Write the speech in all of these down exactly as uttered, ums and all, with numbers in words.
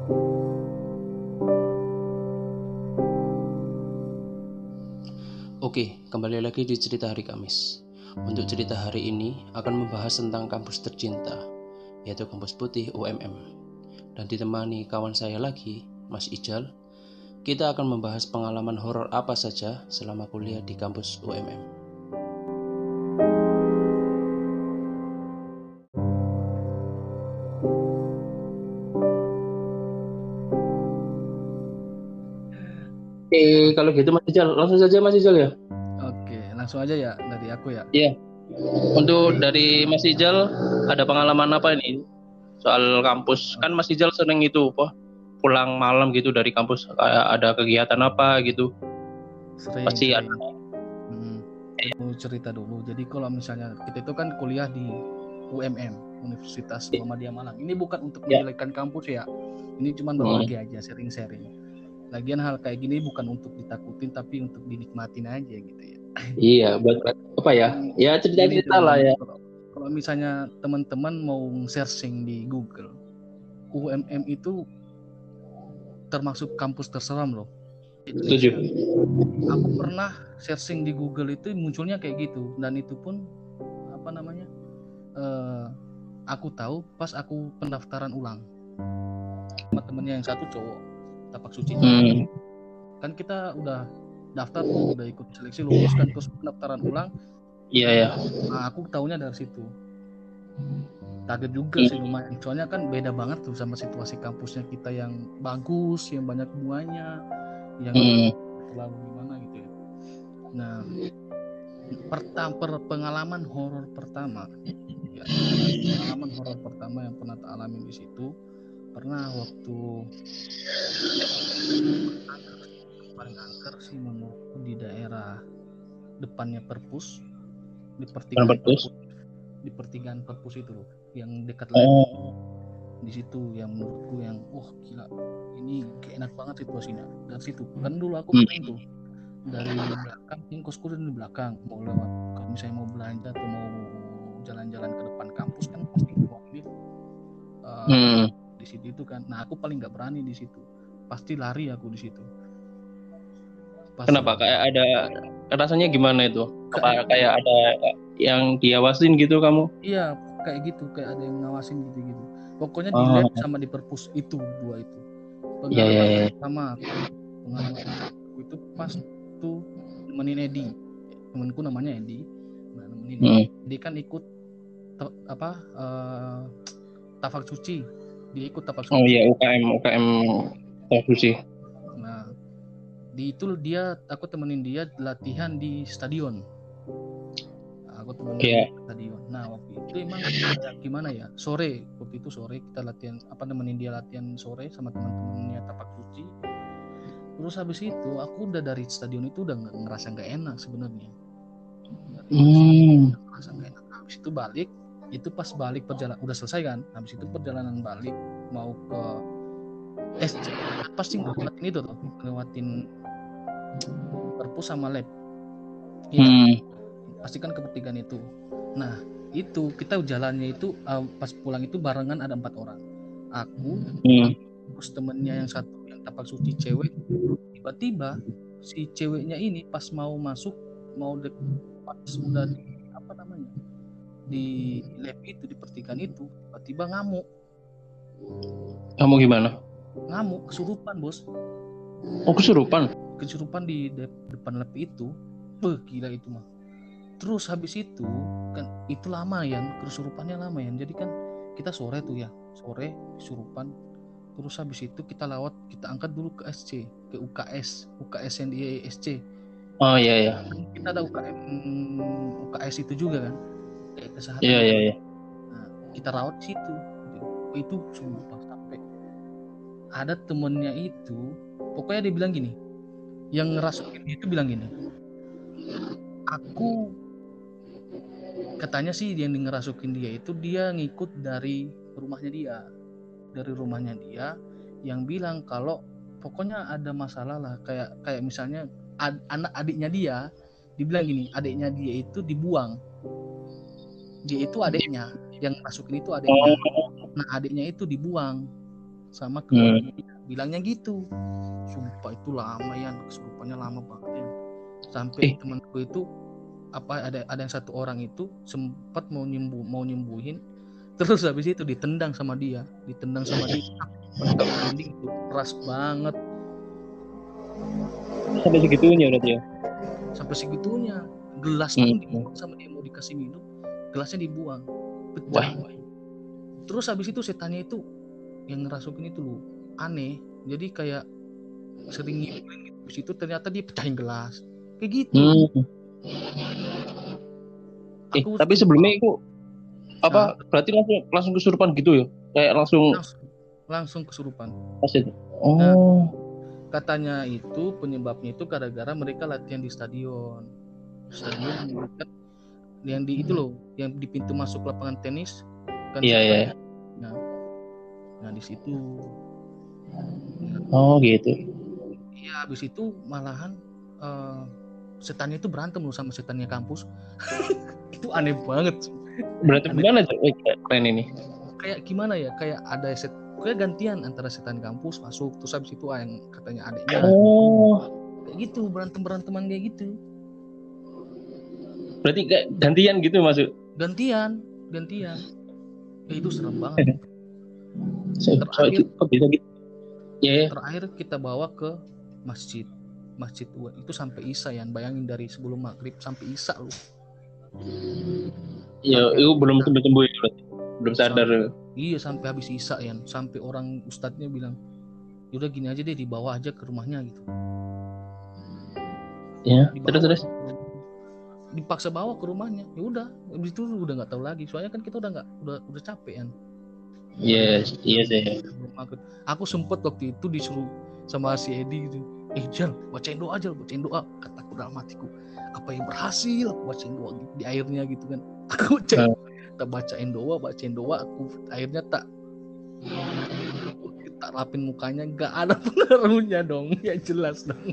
Oke, kembali lagi di cerita hari Kamis. Untuk cerita hari ini akan membahas tentang kampus tercinta, yaitu Kampus Putih U M M. Dan ditemani kawan saya lagi, Mas Ijal. Kita akan membahas pengalaman horor apa saja selama kuliah di kampus U M M. Oke, kalau gitu Mas Ijal, langsung saja Mas Ijal ya. Oke, langsung aja ya dari aku ya. Iya. Untuk dari Mas Ijal, ada pengalaman apa ini soal kampus? Kan Mas Ijal sering itu, apa, pulang malam gitu dari kampus, kayak ada kegiatan apa gitu? Sering, Pasti sering. ada. Hmm, aku cerita dulu. Jadi kalau misalnya kita itu kan kuliah di U M M, Universitas Muhammadiyah Malang. Ini bukan untuk Ya. menjelekkan kampus ya. Ini cuma berbagi hmm. aja, sharing-sharing. Lagian hal kayak gini bukan untuk ditakutin, tapi untuk dinikmatin aja gitu ya. Iya, buat apa ya? Ya cerita-cerita lah ya. Kalau, kalau misalnya teman-teman mau searching di Google, U M M itu termasuk kampus terseram loh. Setuju. Aku pernah searching di Google itu munculnya kayak gitu, dan itu pun apa namanya? Uh, aku tahu pas aku pendaftaran ulang sama temennya yang satu cowok, tapak suci. Hmm. Kan kita udah daftar tuh, udah ikut seleksi, lulus kan, terus pendaftaran ulang. Iya ya. Nah, aku taunya dari situ. Kaget juga sih lumayan, soalnya kan beda banget tuh sama situasi kampusnya kita yang bagus, yang banyak bunganya, yang hmm. terlalu gimana gitu ya. Nah, pertama per, pengalaman horor pertama, ya, pengalaman horor pertama yang pernah tak alami di situ, pernah waktu paling angker sih menurutku di daerah depannya Perpus, di pertigaan Perpus, di pertigaan Perpus itu loh, yang dekat lab. Oh. Di situ yang menurutku yang wah gila, ini kayak enak banget situasinya. Dari situ kan dulu aku sering tuh dari belakang, ini kosku di belakang, mau lewat kalau misalnya mau belanja atau mau jalan-jalan ke depan kampus kan pasti mobil uh, hmm. di situ itu kan. Nah aku paling nggak berani di situ, pasti lari aku di situ. Pasti. Kenapa? Kayak ada rasanya gimana itu? Apa kayak ada yang diawasin gitu kamu? Iya, kayak gitu, kayak ada yang ngawasin gitu-gitu. Pokoknya di lab oh. sama di perpus itu dua itu. Pengalaman yeah, yeah, yeah. pertama, pengalaman itu pas tuh nemenin Edi, temanku namanya Edi. Nah, nemenin hmm. Edi. Dia kan ikut te- apa uh, tafak suci. Dia ikut tafak suci. Oh iya, U K M U K M tafak suci. Nah, di itu dia, aku temenin dia latihan di stadion. Aku temenin yeah. di stadion. Nah waktu itu emang kayak gimana ya, sore waktu itu sore kita latihan, apa nemenin dia latihan sore sama teman-temannya tapak suci. Terus habis itu aku udah dari stadion itu udah ngerasa nggak enak sebenarnya. Hmm. Ngerasa nggak enak. Habis itu balik, itu pas balik perjalanan udah selesai kan. Habis itu perjalanan balik mau ke S C, pasti ngelewatin itu tuh, ngelewatin perpus sama lab. Iya. Hmm. Pasti kan ke pertigaan itu. Nah itu kita jalannya itu uh, pas pulang itu barengan ada empat orang. Aku, hmm. terus temennya yang satu yang tapak suci cewek. Tiba-tiba si ceweknya ini pas mau masuk, mau de- pas udah di, apa namanya di lab itu, di pertigaan itu, tiba-tiba ngamuk. Ngamuk gimana? Ngamuk, kesurupan bos. Oh kesurupan? Kesurupan di de- depan lab itu. Beuh gila itu mah. Terus habis itu kan itu lama ya, kesurupannya lama ya. Jadi kan kita sore tuh ya, sore kesurupan. Terus habis itu kita lewat, kita angkat dulu ke S C, ke U K S, U K S yang di S C. Oh iya iya. Kita ada U K M U K S itu juga kan, kayak kesehatan. Iya iya iya. Nah, kita rawat di situ. Itu sumpah sampai ada temennya itu, pokoknya dia bilang gini, yang ngerasukin itu bilang gini, aku katanya sih yang ngerasukin dia itu dia ngikut dari rumahnya dia, dari rumahnya dia yang bilang kalau pokoknya ada masalah lah, kayak kayak misalnya ad, anak adiknya dia, dibilang gini, adiknya dia itu dibuang, dia itu adiknya yang masukin itu adiknya, nah adiknya itu dibuang sama keluarga. Hmm. Bilangnya gitu. Sumpah itu lama ya, kesurupannya lama banget ya. Sampai eh. temanku itu apa ada ada yang satu orang itu sempat mau nyembuh mau nyembuhin, terus habis itu ditendang sama dia, ditendang sama dia. Mentok dinding itu keras banget. Sampai segitunya berarti ya? Sampai segitunya. Gelas pun hmm. dibuang sama dia, mau dikasih minum, gelasnya dibuang. Pecah. Wah. Terus habis itu setannya itu yang ngerasukin itu loh, aneh. Jadi kayak sering ngibulin gitu. Habis itu ternyata dia pecahin gelas. Kayak gitu. Hmm. Eh, tapi sebelumnya itu apa? Nah, berarti langsung langsung kesurupan gitu ya? Kayak langsung langsung, langsung kesurupan. Pasti. Oh. Nah, katanya itu penyebabnya itu gara-gara mereka latihan di stadion. Stadion kan yang di itu loh, yang di pintu masuk lapangan tenis kan. Iya, iya. Nah, nah di situ. Oh, gitu. Iya, habis itu malahan uh, setannya itu berantem loh sama setannya kampus. Itu aneh banget. Berantem gimana tuh? Keren ini. Kayak gimana ya? Kayak ada set, kayak gantian antara setan kampus masuk, terus habis itu ah, yang katanya adiknya. Oh. Kayak gitu, berantem-beranteman kayak gitu. Berarti kayak gantian gitu masuk? Gantian, gantian. Ya, itu serem banget. Terakhir, so, itu, kok bisa gitu? Yeah. Terakhir kita bawa ke masjid. Masjid itu sampai Isya ya, bayangin dari sebelum maghrib sampai Isya lu. Iya, itu belum sembuh-sembuh ya, belum sadar. Sampai, iya, sampai habis Isya ya, sampai orang ustadznya bilang, "Yaudah gini aja deh, dibawa aja ke rumahnya gitu." Ya, terus terus. Dipaksa bawa ke rumahnya. Ya udah, habis itu udah nggak tahu lagi. Soalnya kan kita udah nggak udah udah capek kan. Yes, iya sih. Aku sempet waktu itu disuruh sama si Edi gitu. Eh Jal, bacain doa aja, bacain doa. Kataku dalam hatiku, apa yang berhasil aku bacain doa gitu, di airnya gitu kan. Aku bacain, uh. tak bacain doa, bacain doa. Aku akhirnya tak tak lapin mukanya, nggak ada pengaruhnya dong. Ya jelas dong.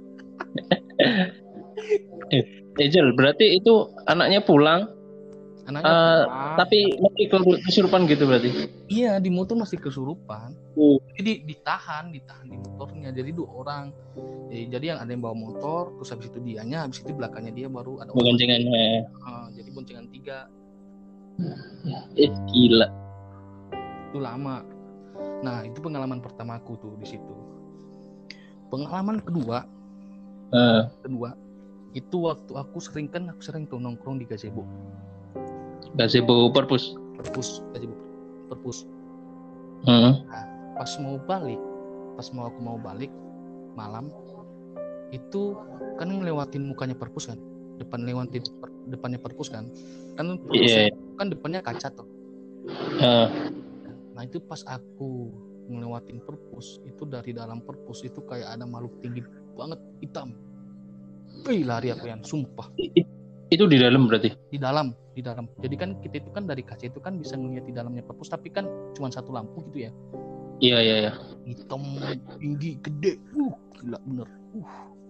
eh Jal, berarti itu anaknya pulang. Anaknya uh, pulang, tapi masih kesurupan gitu berarti? Iya, di motor masih kesurupan. Uh. Jadi ditahan, ditahan di motornya. Jadi dua orang. Jadi, jadi yang ada yang bawa motor, terus habis itu dianya, habis itu belakangnya dia baru ada orang. Boncengan. Uh, jadi boncengan tiga. Eh gila. Itu lama. Nah, itu pengalaman pertamaku tuh di situ. Pengalaman kedua, uh. kedua itu waktu aku sering kan aku sering tuh nongkrong di gazebo. Gazebo perpus. Perpus, gazebo perpus. Hmm. Nah, pas mau balik, pas mau aku mau balik malam, itu kan ngelewatin mukanya perpus kan, depan lewatin per, depannya perpus kan, kan perpus yeah. kan depannya kaca tuh. Uh. Nah itu pas aku ngelewatin perpus, itu dari dalam perpus itu kayak ada makhluk tinggi banget hitam. Wih, lari aku yang sumpah. Itu di dalam berarti? Di dalam, di dalam. Jadi kan kita itu kan dari kaca itu kan bisa ngeliat di dalamnya perpus, tapi kan cuma satu lampu gitu ya. Iya, iya, iya. Hitam, tinggi, gede. Uh, gila bener. Uh.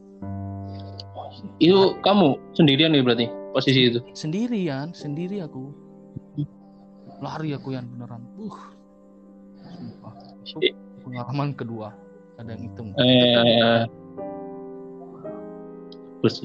Itu kamu sendirian nih berarti posisi itu? Sendirian, sendiri aku. Lari aku yang beneran. Uh. Sumpah. Itu pengalaman kedua. Ada yang hitam. Eh. Terus,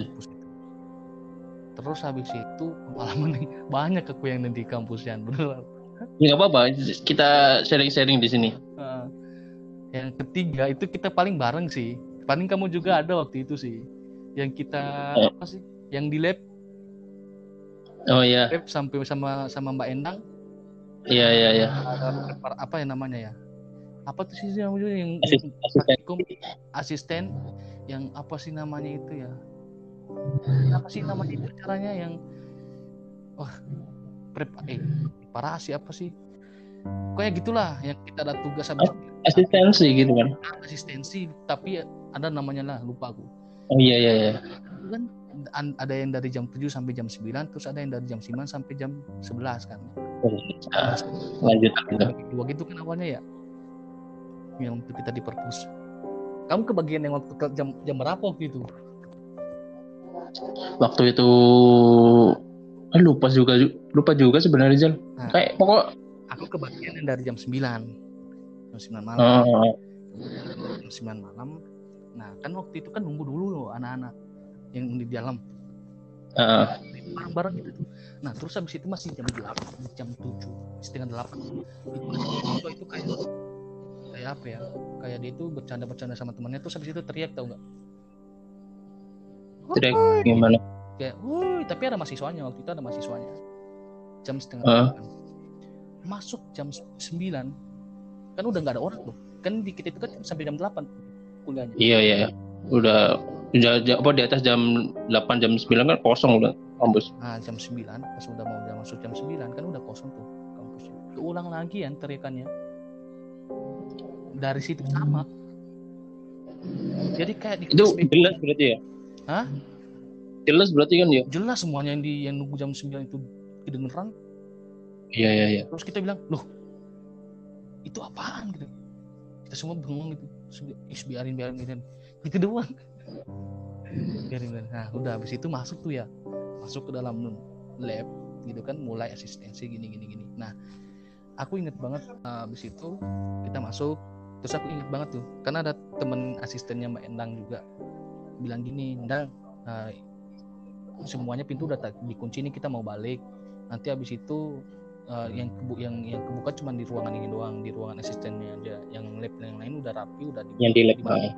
terus habis itu pengalaman banyak aku yang di kampusnya beneran. Nggak apa-apa, kita sharing-sharing di sini. Uh, yang ketiga itu kita paling bareng sih. Paling kamu juga ada waktu itu sih. Yang kita eh. apa sih? Yang di lab. Oh iya. Lab sampai sama sama Mbak Endang. Iya iya iya. Ada apa ya namanya ya? Apa tuh sih yang yang asisten asisten yang apa sih namanya itu ya? Apa sih namanya itu caranya yang wah prep eh parasi apa sih kayak gitulah yang kita ada tugas habis asistensi gitu kan asistensi tapi ada namanya lah lupa aku. Oh iya iya iya kan ada yang dari jam tujuh sampai jam sembilan, terus ada yang dari jam sembilan sampai jam sebelas kan. Nah, lanjut dua gitu kan awalnya ya yang untuk kita di perpus. Kamu kebagian yang waktu jam jam berapa waktu itu? Waktu itu ah, lupa juga lupa juga sebenarnya Jal. Nah, kayak pokok aku kebagian yang dari jam sembilan. jam sembilan malam. Uh, Jam sembilan malam. Nah, kan waktu itu kan nunggu dulu loh anak-anak yang di dalam. uh, Bareng-bareng gitu tuh. Nah, terus habis itu masih jam delapan, jam tujuh, setengah delapan. Itu masih itu kayak kayak apa ya? Kayak dia itu bercanda-bercanda sama temannya, terus habis itu teriak, tau nggak? teriak gimana? Kayak, wuih, tapi ada mahasiswanya, waktu itu ada mahasiswanya. Jam setengah Uh. delapan. Masuk jam sembilan, kan udah nggak ada orang tuh. Kan di kita itu kan sampai jam delapan kuliahnya. Iya iya, udah udah apa di atas jam delapan jam sembilan kan kosong udah kampus. Nah, jam sembilan pas udah mau jam masuk jam sembilan kan udah kosong tuh kampusnya. Keulang lagi ya teriakannya. Dari situ sama. Jadi kayak di Itu jelas berarti ya? Hah? Jelas berarti kan ya? Jelas semuanya yang di yang nunggu jam sembilan itu kedengeran. Iya iya iya. Terus kita bilang, "Loh, itu apaan?" gitu. Kita semua bengong gitu. Is biarin biarin biarin. Gitu doang. Biarin biarin. Nah, udah habis itu masuk tuh ya. Masuk ke dalam lab gitu kan, mulai asistensi gini gini gini. Nah, aku inget banget uh, habis itu kita masuk, terus aku inget banget tuh karena ada temen asistennya Mbak Endang juga bilang gini, Endang, uh, semuanya pintu udah dikunci nih, kita mau balik. Nanti habis itu uh, yang kebu yang yang kebuka cuma di ruangan ini doang, di ruangan asistennya aja. Yang lab yang lain udah rapi, udah di yang di lab. Nah,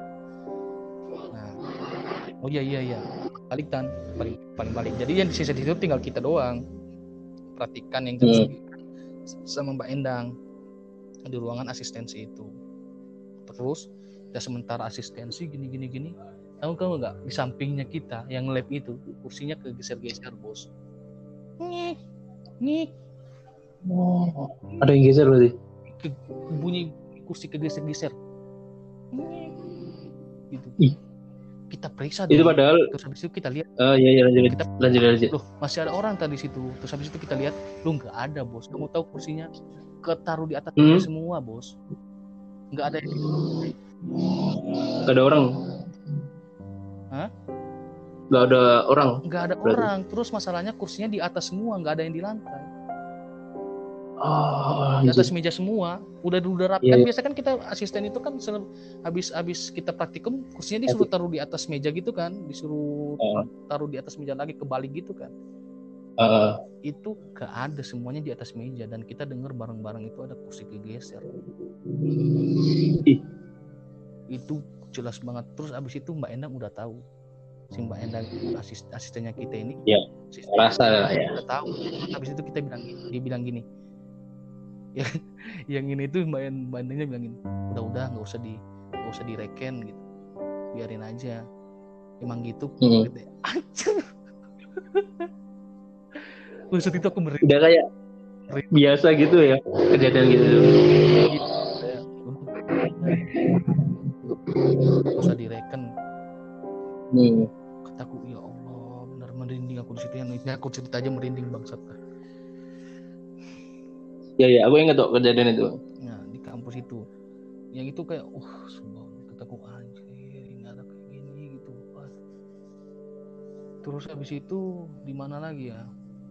oh iya iya iya, balik tan, paling paling balik. Jadi yang sisa di situ tinggal kita doang. Perhatikan yang jam hmm. sama Mbak Endang di ruangan asistensi itu. Terus ya sementara asistensi gini gini gini, tahu kamu nggak di sampingnya kita yang lab itu kursinya kegeser-geser bos. Ngik ngik. Oh, ada yang geser berarti? Ke, bunyi kursi kegeser-geser. Ngik. Gitu. Ih. Kita periksa itu dulu. Padahal terus habis itu kita lihat. Oh uh, iya iya lanjut kita, lanjut lanjut. Loh, masih ada orang tadi situ. Terus habis itu kita lihat, lu nggak ada bos. Kamu tahu kursinya ketaruh di atas hmm? semua bos. Nggak ada yang nggak ada orang. Hah? Nggak ada orang. Nggak ada berarti. Orang. Terus masalahnya kursinya di atas semua, nggak ada yang di lantai. Oh, di atas meja semua, udah udah rapi. Yeah. Kan biasa kan kita asisten itu kan habis habis kita praktikum kursinya disuruh taruh di atas meja gitu kan, disuruh uh. taruh di atas meja lagi, kebalik gitu kan. Uh. Itu gak ada, semuanya di atas meja, dan kita dengar bareng-bareng itu ada kursi kegeser. Ih. Itu jelas banget. Terus abis itu Mbak Endang udah tahu, si Mbak Endang asist, asistennya kita ini. Ya. Rasa lah ya. Udah tahu. Abis itu kita bilang, dia bilang gini. Ya, yang ini tuh Mbak Endangnya bilang gini, udah-udah nggak usah di nggak usah direken gitu, biarin aja, emang gitu. Hmm. Anjir. Terus itu aku merinding. Udah kayak merinding. Biasa gitu ya kejadian gitu. Nggak usah direken. Hmm. Kataku, ya Allah, benar merinding aku di situ. Yang ini aku cerita aja merinding bangsat. Ya ya, aku ingat tuh kejadian itu. Nah, di kampus itu, yang itu kayak, uh, sumpah, kataku anjir, ini ada kayak gini gitu. Terus habis itu di mana lagi ya?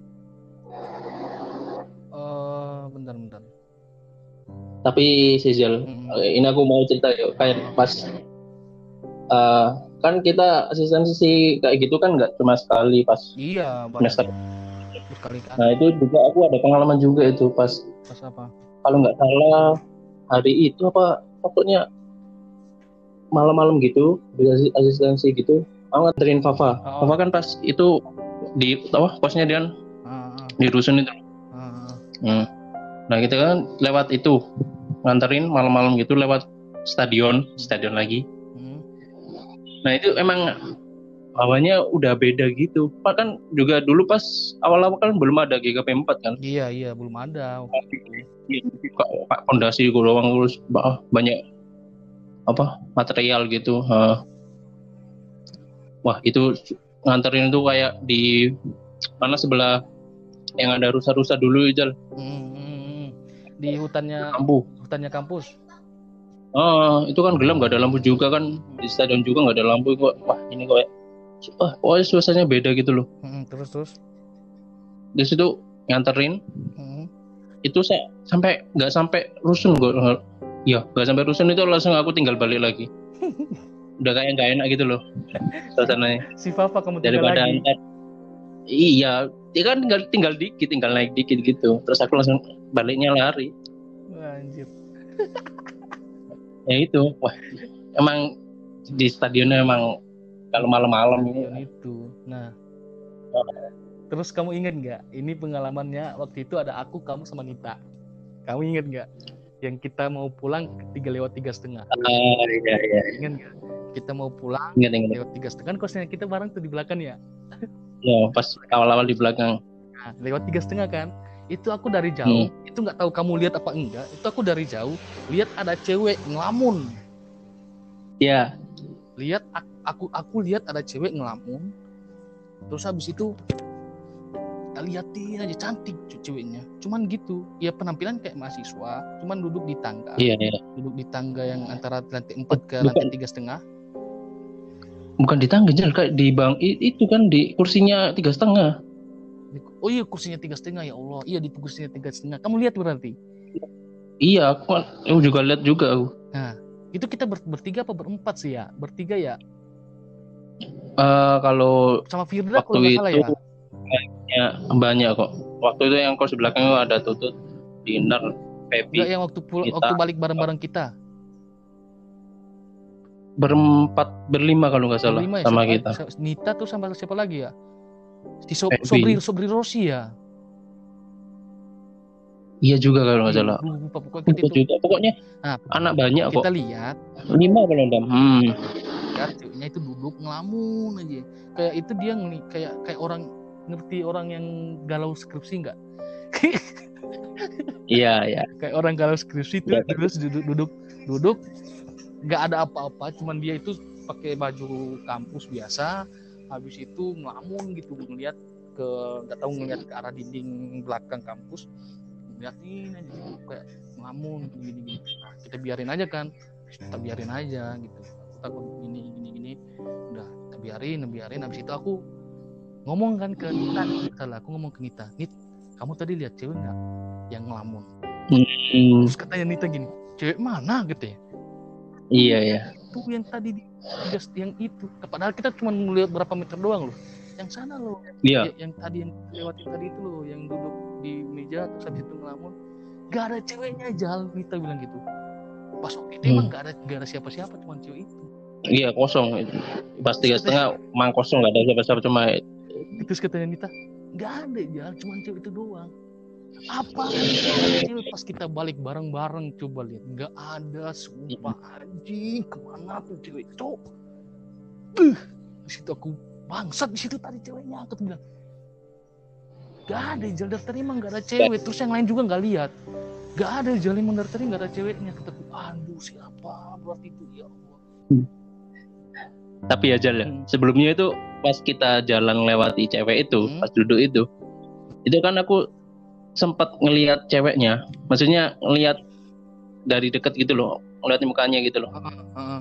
Uh, bentar-bentar. Tapi Sejal, hmm. ini aku mau cerita ya, kayak pas uh, kan kita asistensi kayak gitu kan nggak cuma sekali pas iya, semester. Berkali-kali. Nah itu juga aku ada pengalaman juga itu pas. Pas apa? Kalau nggak salah hari itu apa pokoknya malam-malam gitu, asistensi gitu, aku nganterin Fafa. Oh. Fafa kan pas itu di apa kosnya dia uh, uh. di rusun itu. Uh. Hmm. Nah kita kan lewat itu nganterin malam-malam gitu lewat stadion, stadion lagi. Hmm. Nah itu emang awalnya udah beda gitu. Pak kan juga dulu pas awal-awal kan belum ada G K P empat kan? Iya iya belum ada. Pak fondasi gue doang, terus banyak apa material gitu. Wah itu nganterin tuh kayak di mana sebelah yang ada rusa-rusa dulu Jal. Hmm, di hutannya kampus. Hutannya kampus. Ah itu kan gelap, nggak ada lampu juga kan, di stadion juga nggak ada lampu kok. Wah ini kok. Wah, oh, suasananya beda gitu loh. Hmm, terus terus. Di situ nganterin, hmm. itu saya sampai nggak sampai rusun gue Iya, nggak sampai rusun itu langsung aku tinggal balik lagi. Udah kayak nggak enak gitu loh suasananya. Si Papa kamu tinggal Daripada lagi. antar, iya, dia kan tinggal tinggal dikit, tinggal naik dikit gitu. Terus aku langsung baliknya lari. Wah, anjir. Ya itu, wah, emang di stadionnya emang kalau malam-malam ini. Stadion itu. Nah, terus kamu ingat nggak? Ini pengalamannya waktu itu ada aku, kamu sama Nita. Kamu ingat nggak? Yang kita mau pulang tiga lewat tiga setengah. Ah, iya iya. Ingat nggak? Kita mau pulang Ingat ingat. lewat tiga setengah. Kan kosnya kita bareng tuh di belakang ya. Ya, pas awal-awal di belakang. Nah, lewat tiga setengah kan. Itu aku dari jauh. Hmm. Itu nggak tahu kamu lihat apa enggak. Itu aku dari jauh lihat ada cewek ngelamun. Ya. Lihat aku aku lihat ada cewek ngelamun. Terus habis itu kita liatin aja, cantik ceweknya. Cuman gitu, ya penampilan kayak mahasiswa, cuman duduk di tangga. Iya iya. Duduk di tangga yang antara lantai empat ke lantai tiga setengah. Bukan di tangga, Jal, kayak di bang itu kan di kursinya tiga setengah. Oh iya, kursinya tiga setengah, ya Allah. Iya, di kursinya tiga setengah. Kamu lihat berarti? Iya, aku, aku juga lihat juga aku. Nah, itu kita ber, bertiga apa berempat sih ya? Bertiga ya? Uh, kalau sama Firda waktu kalau nggak salah itu ya? banyak kok. Waktu itu yang kos belakang itu ada Tutut, Dinar, Pepi. Enggak, yang waktu pul- waktu balik bareng-bareng kita. Berempat, berlima kalau nggak salah berlima ya, sama siapa, kita. Nita tuh sama siapa lagi ya? Di so- Sobri Sobri Rossi ya? Iya juga kalau nggak salah. Lupa, pokoknya, kita itu, juga. Pokoknya nah, anak banyak kita kok. Kita lihat lima kalau enggak. Hmm. Lihat ceweknya itu duduk ngelamun aja. Kayak itu dia ngeli, kayak kayak orang ngerti orang yang galau skripsi nggak? Iya iya. Kayak orang galau skripsi itu ya, terus duduk duduk duduk nggak ada apa-apa, cuman dia itu pakai baju kampus biasa. Habis itu ngelamun gitu, ngeliat ke nggak tahu ngeliat ke arah dinding belakang kampus. Liatin aja kayak ngelamun gini-gini. Nah, kita biarin aja kan, kita biarin aja gitu. Aku takut gini gini gini. Udah, kita biarin, biarin. Habis itu aku ngomong kan ke Nita, salah aku ngomong ke Nita, Nit, kamu tadi lihat cewek nggak yang ngelamun? Hmm. Terus katanya Nita gini, cewek mana gitu ya? Iya ya. Itu yang tadi di yang itu. Padahal kita cuma melihat berapa meter doang loh. Yang sana loh. Iya. Yang tadi yang lewatin tadi itu loh, yang duduk di meja terus habis itu ngelamun. Gak ada ceweknya, Jal, Nita bilang gitu. Pas waktu itu hmm. emang gak ada gak ada siapa-siapa, cuma cewek itu. Iya, kosong itu. Pas tiga setengah mang kosong, gak ada siapa-siapa, cuma terus katanya Nita, gak ada, Jal, cuma cewek itu doang. Apa cewek? Pas kita balik bareng-bareng coba lihat, nggak ada, sumpah anjing, kemana tuh cewek cowok? Uh, di situ aku bangsat, di situ tadi ceweknya, aku bilang nggak ada, Jal, daftarnya emang nggak ada cewek. Terus yang lain juga nggak lihat, nggak ada, Jal, emang daftarnya nggak ada ceweknya. Kataku, aduh siapa berarti itu, ya Allah. Hmm. Tapi ya Jal, hmm. sebelumnya itu pas kita jalan lewati cewek itu, hmm. pas duduk itu, itu kan aku sempat ngelihat ceweknya, maksudnya ngelihat dari dekat gitu loh, ngeliat mukanya gitu loh. Uh-uh.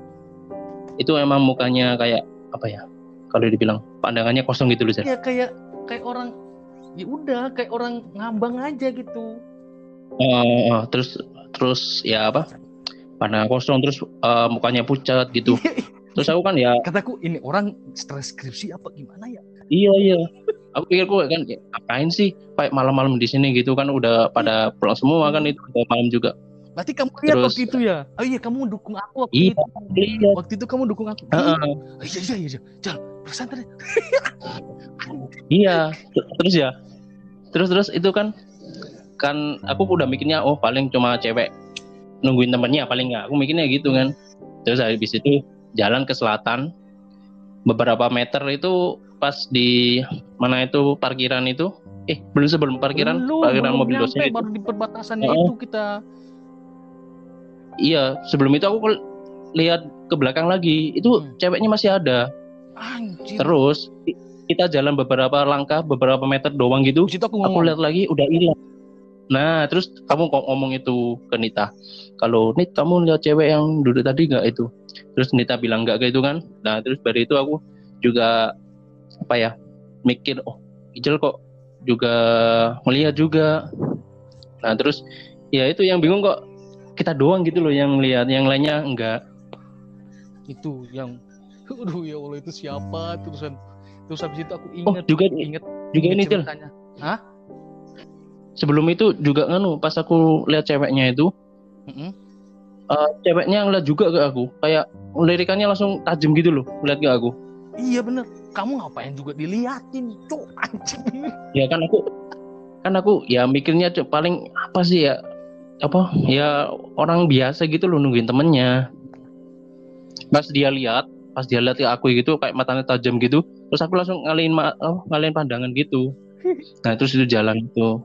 Itu emang mukanya kayak apa ya? Kalau dibilang pandangannya kosong gitu loh. Iya, kayak kayak orang, ya udah kayak orang ngambang aja gitu. Uh, uh, terus terus ya apa? Pandangan kosong, terus uh, mukanya pucat gitu. Terus aku kan ya, kataku ini orang stres skripsi apa gimana ya? Iya iya. Aku pikir gue kan ngapain sih kayak malam-malam di sini gitu kan, udah pada pulang semua kan, itu udah malam juga. Berarti kamu lihat terus, waktu itu ya? Oh iya, kamu dukung aku waktu iya, itu. Iya. Waktu itu kamu dukung aku. Uh-uh. Oh, iya iya iya. Jal, bersantai. Iya. Terus ya. Terus terus itu kan kan aku udah mikirnya oh paling cuma cewek nungguin temennya paling nggak. Aku mikirnya gitu kan. Terus habis itu jalan ke selatan beberapa meter itu pas di mana itu parkiran itu eh belum sebelum parkiran belum, parkiran belum mobil nyampe, dosen itu baru di perbatasannya oh. itu kita. Iya, sebelum itu aku lihat ke belakang lagi itu hmm. ceweknya masih ada. Anjir. Terus kita jalan beberapa langkah beberapa meter doang gitu, aku, aku lihat lagi udah hilang. Nah terus kamu kok ngomong itu ke Nita, kalau Nit kamu lihat cewek yang duduk tadi nggak itu? Terus Nita bilang nggak gitu kan. Nah terus dari itu aku juga apa ya mikir, oh Ijel kok juga melihat juga. Nah terus ya itu yang bingung kok kita doang gitu loh yang lihat, yang lainnya enggak. Itu yang aduh ya Allah itu siapa terusan terus habis itu aku Oh ingat juga ingat juga ingat ini Cil. ceritanya. Hah? Sebelum itu juga nganu pas aku lihat ceweknya itu, Mm-mm. uh, ceweknya ngeliat juga ke aku, kayak lirikannya langsung tajam gitu loh, ngeliat ke aku. Iya bener, kamu ngapain juga diliatin cuk anjing. Ya kan aku kan aku ya mikirnya Cuk, paling apa sih ya, apa ya orang biasa gitu loh nungguin temennya. Pas dia lihat pas dia lihat ke aku gitu kayak matanya tajam gitu, terus aku langsung ngalihin ma- oh, ngalihin pandangan gitu. Nah terus itu jalan itu,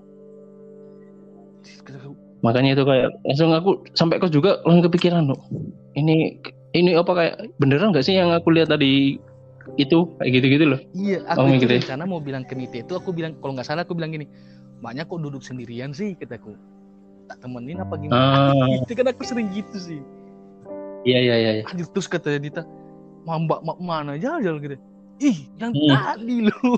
makanya itu kayak langsung aku sampai kos juga langsung kepikiran loh, ini ini apa kayak beneran nggak sih yang aku lihat tadi itu kayak gitu-gitu loh. Iya, Oh aku itu mikirnya rencana mau bilang ke Nite itu, aku bilang kalau nggak salah aku bilang gini, banyak kok duduk sendirian sih kataku, tak temenin apa gimana? ah Itu kan aku sering gitu sih. iya iya iya iya. Anjir, terus kata Dita, mau mbak mak mana jalan gitu. Ih, yang Hmm. tadi loh.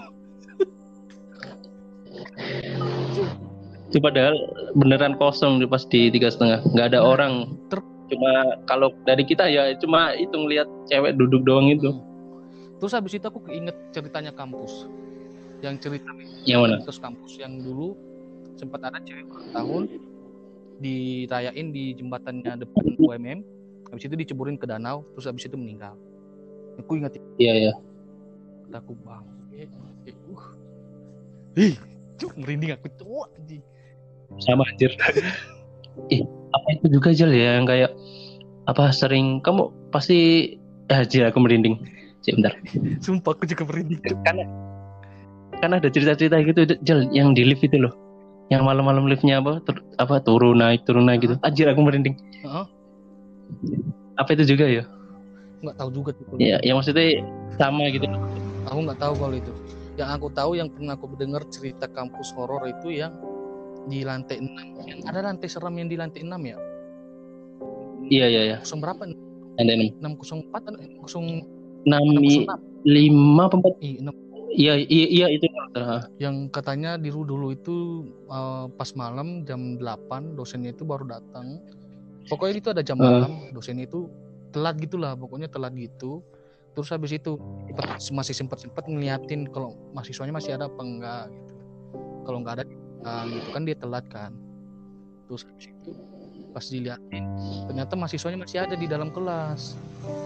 Itu padahal beneran kosong di pas di tiga setengah, nggak ada Nah, orang. ter- Cuma kalau dari kita ya cuma itu ngelihat cewek duduk doang itu. Hmm. Terus habis itu aku keinget ceritanya kampus, yang cerita Yang mana? terus kampus yang dulu sempat ada cewek ulang tahun dirayain di jembatannya depan U M M, habis itu diceburin ke danau, terus habis itu meninggal. Aku ingat Iya iya. aku bang, eh, eh, uh, ih, cuk merinding aku tuh anjing. Sama anjir. Ih, apa itu juga Jal ya yang kayak apa sering kamu pasti eh Jil aku merinding. Sebentar. Sumpah aku juga merinding. Karena kan ada cerita-cerita gitu Jal yang di lift itu loh. Yang malam-malam liftnya apa tur, apa turun naik turun naik gitu. Anjir aku merinding. Heeh. Apa itu juga ya? Nggak tahu juga tuh. Ya, yang maksudnya sama gitu. Aku nggak tahu kalau itu. Yang aku tahu yang pernah aku dengar cerita kampus horor itu yang di lantai enam. Yang ada lantai seram yang di lantai enam ya? Iya iya iya. Kosong berapa? Lantai enam. enam kosong empat atau kosong enam enam? lima empat. Iya, enam. Iya iya iya itu. Yang katanya di dulu itu uh, pas malam jam delapan dosennya itu baru datang. Pokoknya itu ada jam malam, dosennya itu telat gitulah, pokoknya telat gitu. Terus habis itu masih sempat-sempat ngeliatin kalau mahasiswanya masih ada apa enggak gitu. Kalau enggak ada uh, gitu kan dia telat kan. Terus habis itu pas diliatin ternyata mahasiswanya masih ada di dalam kelas.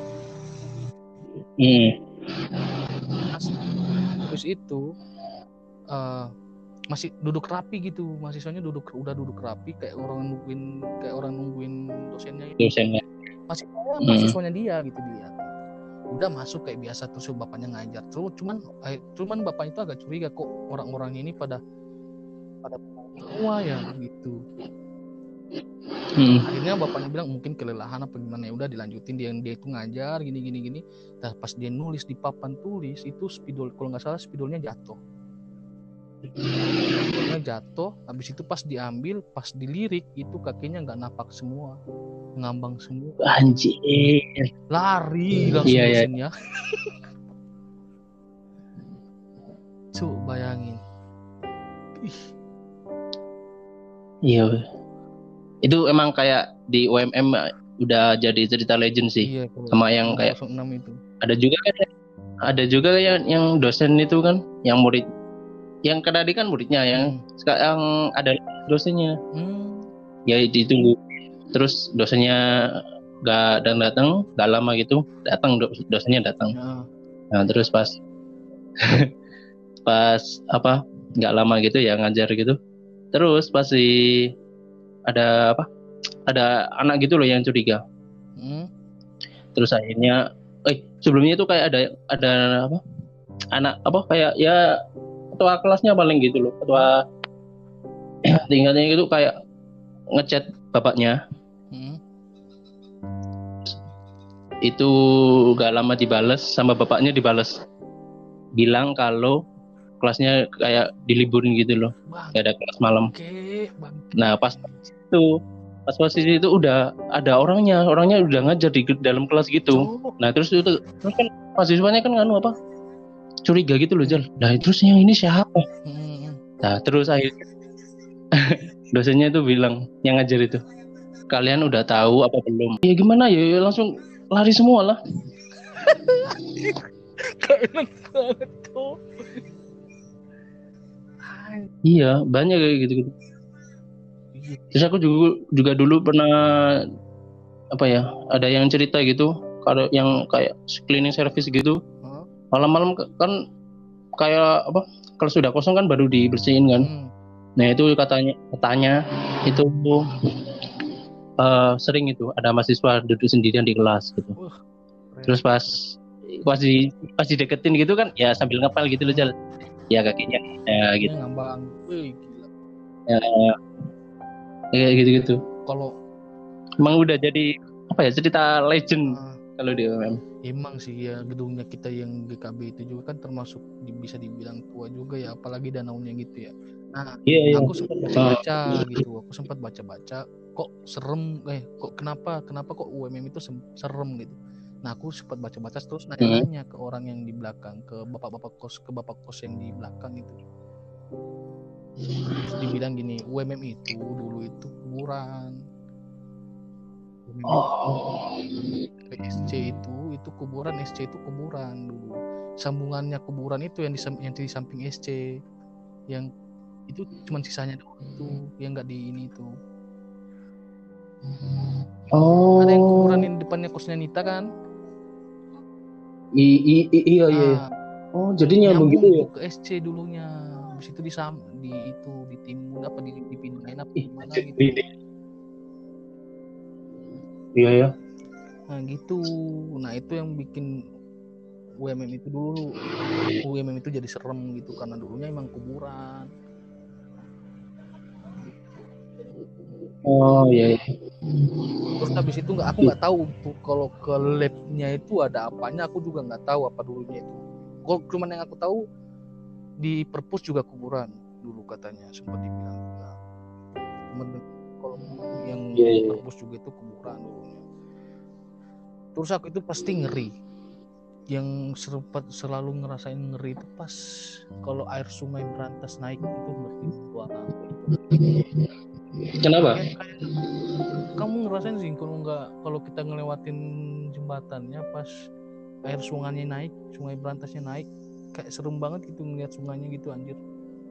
Hmm. Terus itu uh, masih duduk rapi gitu, mahasiswanya duduk udah duduk rapi kayak orang nungguin kayak orang nungguin dosennya itu. Dosennya. Masih ada mahasiswanya dia gitu dilihat. Udah masuk kayak biasa terus bapaknya ngajar. Terus cuman eh, cuman bapaknya itu agak curiga kok orang-orang ini pada pada semua ya gitu. Hmm. Akhirnya bapaknya bilang mungkin kelelahan apa gimana, ya udah dilanjutin dia dia itu ngajar gini gini gini. Nah, pas dia nulis di papan tulis itu spidol kalau nggak salah spidolnya jatuh. Spidolnya jatuh, habis itu pas diambil, pas dilirik itu kakinya nggak napak semua, ngambang semua. Anjir. Lari langsung Iya, iya. dosennya. Cuk, bayangin. Ih. Iya. Itu emang kayak di U M M udah jadi cerita legend sih. Iya, sama yang kayak enam itu. Ada juga kan ada juga yang yang dosen itu kan yang murid yang tadi kan muridnya yang Hmm. sekarang ada dosennya. Hmm. Ya ditunggu. Terus dosennya nggak datang datang, nggak lama gitu datang dosennya datang. Ya. Nah terus pas pas apa nggak lama gitu ya ngajar gitu. Terus pasti ada apa? Ada anak gitu loh yang curiga. Hmm. Terus akhirnya, eh sebelumnya itu kayak ada ada apa? Anak apa kayak ya ketua kelasnya paling gitu loh, ketua tingkatnya gitu kayak ngechat bapaknya. Hmm. Itu gak lama dibales sama bapaknya, dibales bilang kalau kelasnya kayak diliburin gitu loh, gak ada kelas malam. Oke, bang. Nah pas itu pas posisi itu udah ada orangnya orangnya udah ngajar di dalam kelas gitu. Cuk. Nah terus itu terus kan mahasiswanya kan nganu apa curiga gitu loh Jal. Nah terus yang ini siapa? Hmm. Nah terus akhirnya dosennya itu bilang yang ngajar itu kalian udah tahu apa belum? Ya gimana ya, ya langsung lari semua lah. Gak enak banget tuh. Iya, banyak kayak gitu-gitu. Terus aku juga juga dulu pernah apa ya, ada yang cerita gitu, kalau yang kayak cleaning service gitu, Huh? malam-malam kan kayak apa, kalau sudah kosong kan baru dibersihin kan. Hmm. Nah itu katanya katanya itu uh, sering itu ada mahasiswa duduk sendirian di kelas gitu. Wah, Terus pas pas di pas dideketin gitu kan, ya sambil ngepel gitu loh Jal. Ya kakinya ya gitu. Dia ngambang. Wih, gila. Ya, kayak gitu-gitu. Kalau emang udah jadi apa ya, cerita legend uh, kalau di U M M. emang sih ya, gedungnya kita yang G K B itu juga kan termasuk di, bisa dibilang tua juga ya, apalagi danaunya gitu ya. Nah, Iya, iya. aku sempat baca-baca gitu, aku sempat baca-baca kok serem, eh kok kenapa kenapa kok U M M itu serem gitu. Nah, aku sempat baca-baca terus nanya-nanya ke orang yang di belakang, ke bapak-bapak kos, ke bapak kos yang di belakang itu. Terus dibilang gini, U M M itu dulu itu kuburan. Oh. S C itu itu kuburan, S C itu kuburan dulu. Sambungannya kuburan itu yang di yang di samping S C, yang itu cuma sisanya doang itu, yang nggak di ini itu. Oh. Ada yang kuburan di depannya kosnya Nita kan? I, i, i, iya nah, iya. Oh jadi nyambung gitu ya? Ke S C dulunya, habis itu di sam, di itu ditimbun apa di dipindahin apa gimana gitu. Iya ya. Nah gitu, nah itu yang bikin U M M itu dulu, U M M itu jadi serem gitu karena dulunya emang kuburan. Oh iya. iya. Terus habis itu nggak, aku nggak tahu tuh kalau ke labnya itu ada apanya, aku juga nggak tahu apa dulunya itu. Kok cuman yang aku tahu di perpus juga kuburan dulu katanya, sempat dibilang juga. Kalau yang yeah, yeah. perpus juga itu kuburan dulunya. Terus aku itu pasti ngeri. Yang sempat selalu ngerasain ngeri itu pas kalau air sungai Brantas naik itu ngeri banget. Kenapa? Kayak, kayak, kamu ngerasain sih kalau nggak, kalau kita ngelewatin jembatannya pas air sungainya naik, sungai Brantasnya naik, kayak serem banget gitu ngeliat sungainya gitu anjir.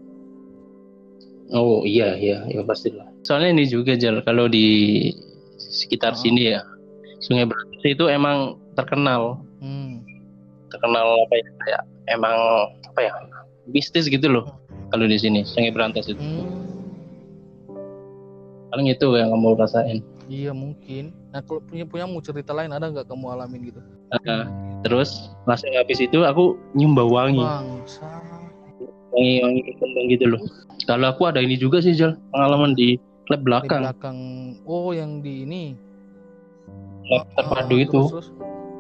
Oh iya iya ya pastilah. Soalnya ini juga Jal, kalau di sekitar oh. sini ya, Sungai Brantas itu emang terkenal. Hmm. Terkenal apa ya, kayak emang apa ya, bisnis gitu loh. Hmm. Kalau di sini Sungai Brantas itu. Hmm. Paling itu yang kamu rasain. Iya mungkin. Nah kalau punya punya mau cerita lain ada nggak kamu alamin gitu? Nah, terus langsung habis itu aku nyium bau wangi. Bangsa. Wangi-wangi kembang gitu loh. Kalau aku ada ini juga sih Jal, pengalaman di lab belakang. Di belakang. Oh yang di ini. Lab terpadu oh, itu. Terus, terus.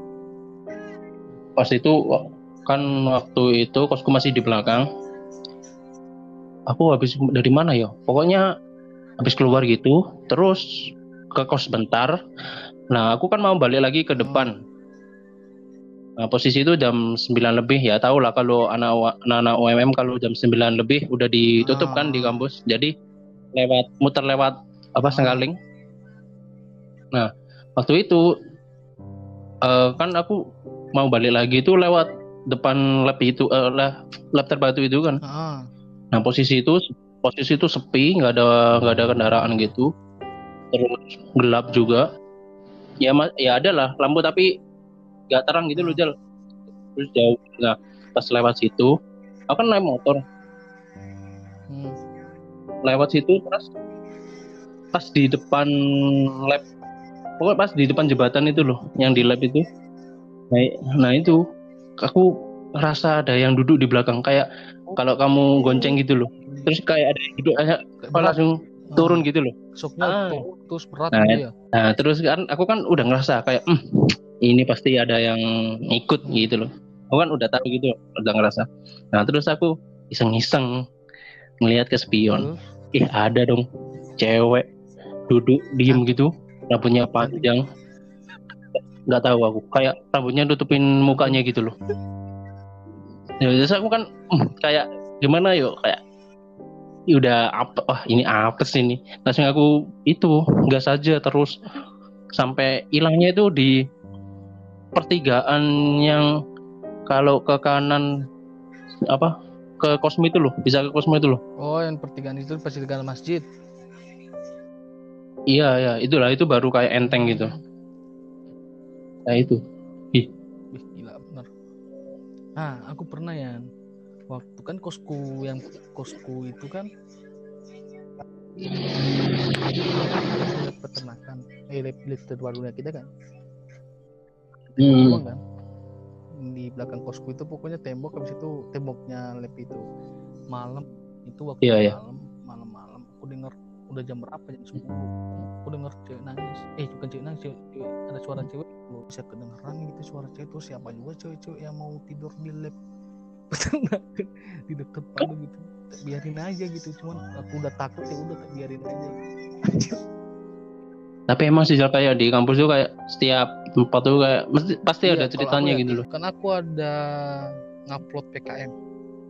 Pas itu kan waktu itu kosku masih di belakang. Aku habis dari mana ya? Pokoknya habis keluar gitu, terus ke kos bentar. Nah, aku kan mau balik lagi ke depan. Nah, posisi itu jam sembilan lebih, ya tahu lah kalau anak-anak U M M kalau jam sembilan lebih udah ditutup kan di kampus. Jadi lewat muter lewat apa Senggaling. Nah, waktu itu uh, kan aku mau balik lagi itu lewat depan lab itu uh, lab terbatu itu kan. Nah, posisi itu posisi itu sepi, nggak ada nggak ada kendaraan gitu, terus gelap juga. Ya ya ada lah lampu tapi nggak terang gitu loh Jal. Terus jauh. Nah pas lewat situ, aku kan naik motor. Hmm. Lewat situ terus pas di depan lab, pokoknya pas di depan jembatan itu loh, yang di lab itu. Nah, nah itu aku rasa ada yang duduk di belakang, kayak kalau kamu gonceng gitu loh. Terus kayak ada yang duduk, kayak langsung turun gitu loh. Soknya ah. terus berat nah, gitu ya. Nah terus kan aku kan udah ngerasa kayak hm, ini pasti ada yang ikut gitu loh. Aku kan udah tahu gitu, udah ngerasa. Nah terus aku iseng-iseng ngelihat ke spion. Hmm. Ih ada dong cewek duduk diem ah. gitu, rambutnya panjang. Nggak tahu aku, kayak rambutnya tutupin mukanya gitu loh. Ya terus aku kan hm, kayak gimana yuk, kayak udah apa? Wah ini apa sih ini? Langsung aku itu gas saja terus sampai hilangnya itu di pertigaan yang kalau ke kanan apa ke Cosmo itu loh, bisa ke Cosmo itu loh. Oh, yang pertigaan itu pertigaan masjid. Iya ya, itulah itu baru kayak enteng gitu. Nah itu. Ih. Wih, gila bener. Nah, aku pernah ya. Waktu kan kosku yang kosku itu kan lab peternakan, eh lab, lab terbarunya kita kan. Hmm. Doang kan. Di belakang kosku itu pokoknya tembok, habis itu temboknya lab itu. Malam itu waktu Iya, iya. malam, malam-malam aku dengar udah jam berapa, jam sepuluh. Aku dengar cewek nangis. Eh bukan cewek nangis, cewek, cewek, ada suara cewek. Bisa kedengeran gitu suara cewek tuh, siapa juga cewek-cewek yang mau tidur di lab peternakan di dekat palu gitu. Biarin aja gitu, cuman aku udah takut ya udah tak biarin aja. Tapi emang sih kayak di kampus tuh kayak setiap tempat tuh kayak mesti pasti Iya, ada kalau ceritanya aku ya, gitu loh. kan aku ada ngupload P K M.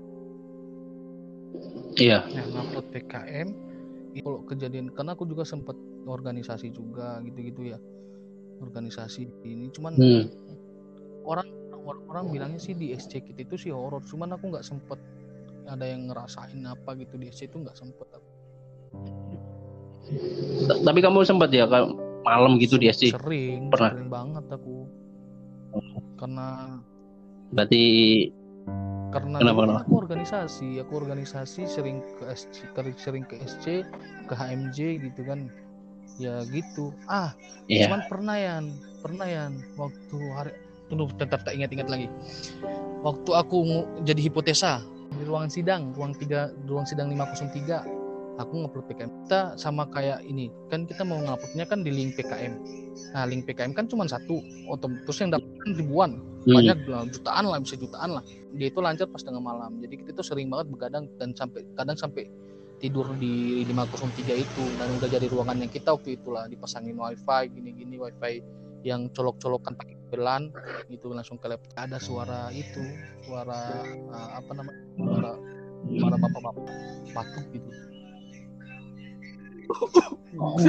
Iya. Nah, ngupload P K M kalau kejadian, karena aku juga sempat organisasi juga gitu-gitu ya. Organisasi ini cuman Hmm. orang orang bilangnya sih di S C Kit itu sih horor, cuman aku nggak sempet ada yang ngerasain apa gitu di S C itu, nggak sempet aku. Tapi kamu sempat ya kayak malam gitu di S C? Sering, Pernah? sering banget aku. Karena Berarti karena kenapa, dulu kan kenapa? aku organisasi, aku organisasi sering ke S C, sering ke S C, ke H M J gitu kan. Ya gitu. Ah, Iya. cuman pernah ya, pernah ya waktu hari tunggu tetap tak ingat-ingat lagi. Waktu aku jadi hipotesa di ruangan sidang, ruang tiga, ruang sidang lima nol tiga, aku ngupload P K M. Kita sama kayak ini, kan kita mau nguploadnya kan di link P K M. Nah, link P K M kan cuma satu, otomatis yang dapat ribuan, hmm. banyak lah, jutaan lah, bisa jutaan lah. Dia itu lancar pas tengah malam. Jadi kita tuh sering banget begadang dan sampai kadang sampai tidur di lima nol tiga itu, dan udah jadi ruangan yang kita waktu itulah, dipasangin wifi gini-gini, wifi yang colok-colokan pakai belan gitu, langsung ke laptop. Ada suara itu, suara uh, apa namanya, suara suara bapak-bapak batuk gitu. Oh.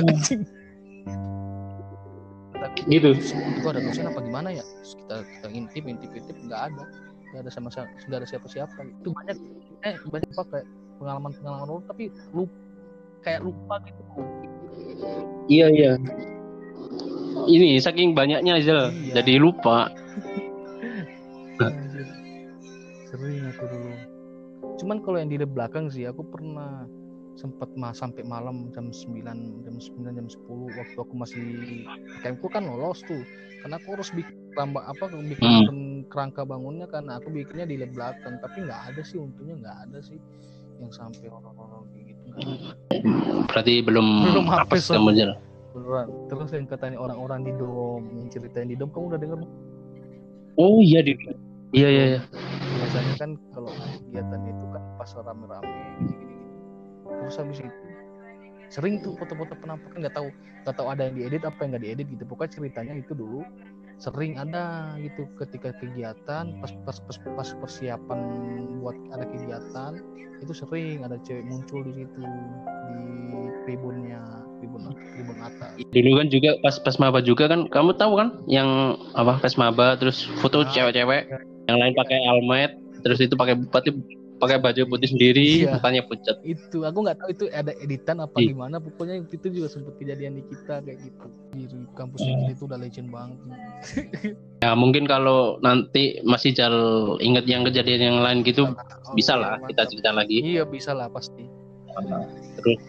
Gitu. Itu ada dosen apa gimana ya? Terus kita kita intip intip intip nggak ada, nggak ada sama nggak ada siapa-siapa. Itu banyak eh banyak apa kayak pengalaman-pengalaman horor tapi lupa, kayak lupa gitu. Iya iya. Ini saking banyaknya aja, iya. Jadi lupa. Anjir. Sering aku dulu. Cuman kalau yang di belakang sih aku pernah sempat mah sampai malam jam sembilan, jam sembilan, jam sepuluh waktu aku masih campku kan lolos tuh. Karena aku harus bikin rambak apa bikin hmm. kerangka bangunnya, karena aku bikinnya di lab belakang, tapi nggak ada sih, untungnya nggak ada sih yang sampai horor-horor gitu. Berarti belum belum apa sih kamu jalan. Beneran. Terus yang katanya orang-orang di dom, yang ceritain di dom, kamu udah dengar? Oh iya di iya iya iya. Biasanya kan kalau kegiatan itu kan pas rame-rame gini-gini. Terus habis itu sering tuh foto-foto penampakan, nggak tahu nggak tahu ada yang diedit apa yang nggak diedit gitu. Pokoknya ceritanya itu dulu sering ada gitu ketika kegiatan, pas pas pas, pas persiapan buat ada kegiatan itu sering ada cewek muncul di situ di tribunnya, tribun tribun atas. Dulu kan juga pas pas maba juga kan, kamu tahu kan yang apa pas maba terus foto nah, cewek-cewek ya. Yang lain pakai almet, terus itu pakai bupati pakai baju putih sendiri, iya. Mukanya pucat. Itu aku nggak tahu itu ada editan apa iya. Gimana, pokoknya itu juga sempat kejadian di kita kayak gitu. Di kampus hmm. itu udah legend banget. Ya mungkin kalau nanti masih jal inget yang kejadian yang lain gitu, oh, bisa iya, lah mantap. Kita cerita lagi. Iya bisa lah pasti. Terus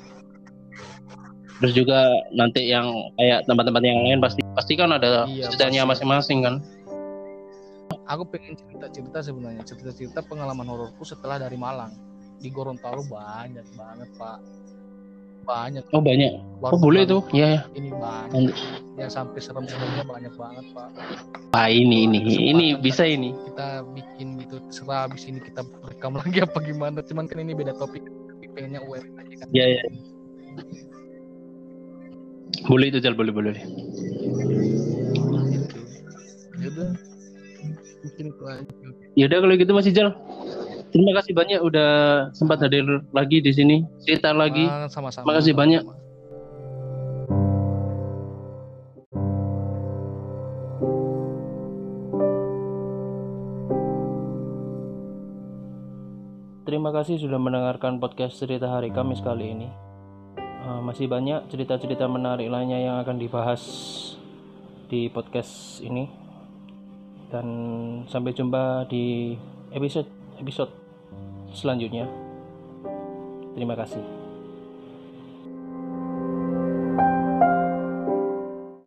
terus juga nanti yang kayak tempat-tempat yang lain pasti pasti kan ada iya, ceritanya pasti. Masing-masing kan. Aku pengen cerita-cerita sebenarnya, cerita-cerita pengalaman hororku setelah dari Malang. Di Gorontalo banyak banget, Pak. Banyak. Oh, banyak. Warung oh, boleh tuh. Ya, ya. Ini banyak. Yang sampai serem-seremnya banyak banget, Pak. Pak, ini ini ini bisa ini. Kita bikin gitu, terserah habis ini kita rekam lagi apa gimana. Cuman kan ini beda topik. Pengennya U M M aja kan. Iya, iya. Boleh itu, Jal, boleh, boleh. Gitu. Ya udah. Mungkin itu aja. Ya udah kalau gitu masih Jal. Terima kasih banyak udah sempat hadir lagi di sini, cerita lagi. Ah, sama-sama. Makasih banyak. sama-sama. Terima kasih sudah mendengarkan podcast cerita hari Kamis kali ini. Uh, masih banyak cerita-cerita menarik lainnya yang akan dibahas di podcast ini. Dan sampai jumpa di episode episode selanjutnya. Terima kasih.